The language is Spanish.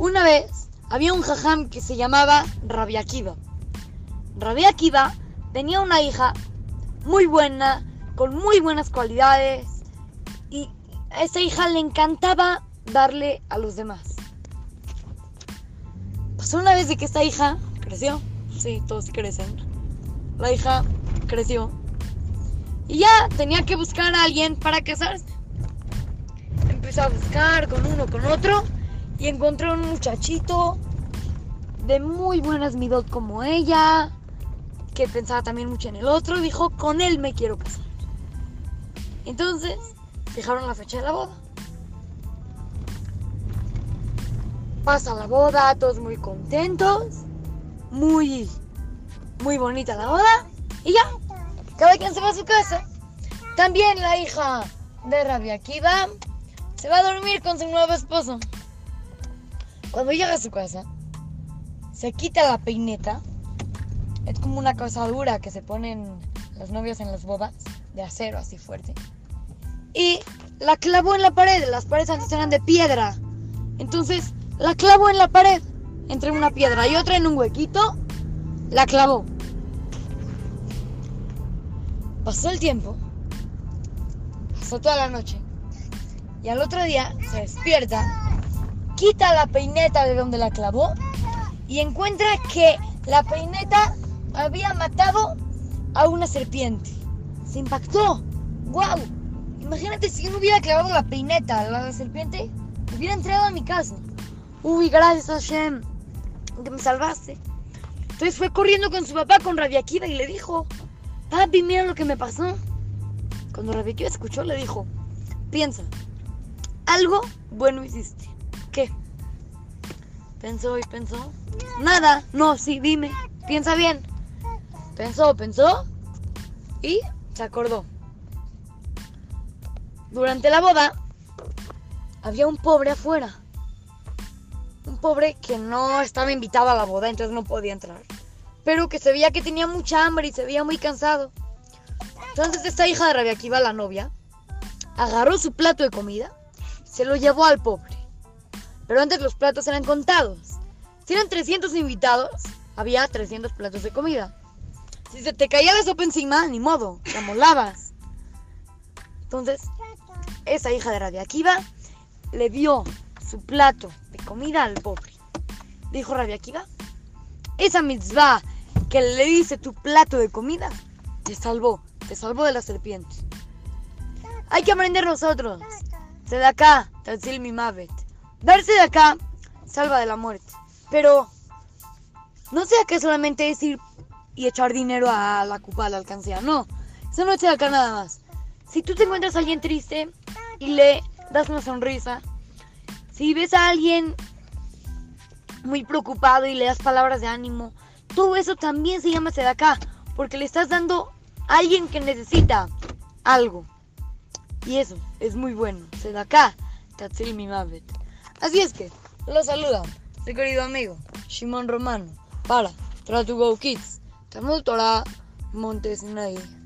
Una vez había un jajam que se llamaba Rabbi Akiva. Rabbi Akiva tenía una hija muy buena, con muy buenas cualidades, y a esa hija le encantaba darle a los demás. Pasó una vez de que esta hija creció. Sí, todos crecen. La hija creció y ya tenía que buscar a alguien para casarse. Empezó a buscar con uno, con otro, y encontró un muchachito de muy buenas midot como ella, que pensaba también mucho en el otro, y dijo, con él me quiero casar. Entonces fijaron la fecha de la boda. Pasa la boda, todos muy contentos, muy bonita la boda, y ya, cada quien se va a su casa. También la hija de Rabbi Akiva se va a dormir con su nuevo esposo. Cuando llega a su casa, se quita la peineta. Es como una cosa dura que se ponen las novias en las bodas, de acero así fuerte. Y la clavó en la pared. Las paredes antes eran de piedra. Entonces la clavó en la pared, entre una piedra y otra en un huequito. La clavó. Pasó el tiempo, pasó toda la noche, y al otro día se despierta, quita la peineta de donde la clavó y encuentra que la peineta había matado a una serpiente. Se impactó. ¡Wow! Imagínate si yo no hubiera clavado la peineta a la serpiente, hubiera entrado a mi casa. Uy, gracias a Hashem, que me salvaste. Entonces fue corriendo con su papá, con Rabbi Akiva, y le dijo, papi, mira lo que me pasó. Cuando Rabbi Akiva escuchó, le dijo, piensa, algo bueno hiciste. ¿Qué? Pensó y pensó. Nada, no, sí, dime, piensa bien. Pensó y se acordó. Durante la boda había un pobre afuera. Un pobre que no estaba invitado a la boda, entonces no podía entrar. Pero que se veía que tenía mucha hambre y se veía muy cansado. Entonces esta hija de Rabbi Akiva, la novia, agarró su plato de comida, se lo llevó al pobre. Pero antes los platos eran contados. Si eran 300 invitados, había 300 platos de comida. Si se te caía la sopa encima, ni modo, la molabas. Entonces, esa hija de Rabbi Akiva le dio su plato de comida al pobre. Dijo Rabbi Akiva, esa mitzvah que le dice tu plato de comida, te salvó de la serpiente. Hay que aprender nosotros. Tzedakah, tatzil mimavet. Dar tzedakah salva de la muerte. Pero no tzedakah solamente es ir y echar dinero a la cupa, a la alcancía. No, eso no es tzedakah nada más. Si tú te encuentras a alguien triste y le das una sonrisa, si ves a alguien muy preocupado y le das palabras de ánimo, todo eso también se llama tzedakah, porque le estás dando a alguien que necesita algo. Y eso es muy bueno. Tzedakah, tatzil mimavet. Así es que, los saluda su querido amigo Shimon Romano para Try to Go Kids, Talmud Torah, Monte Sinai.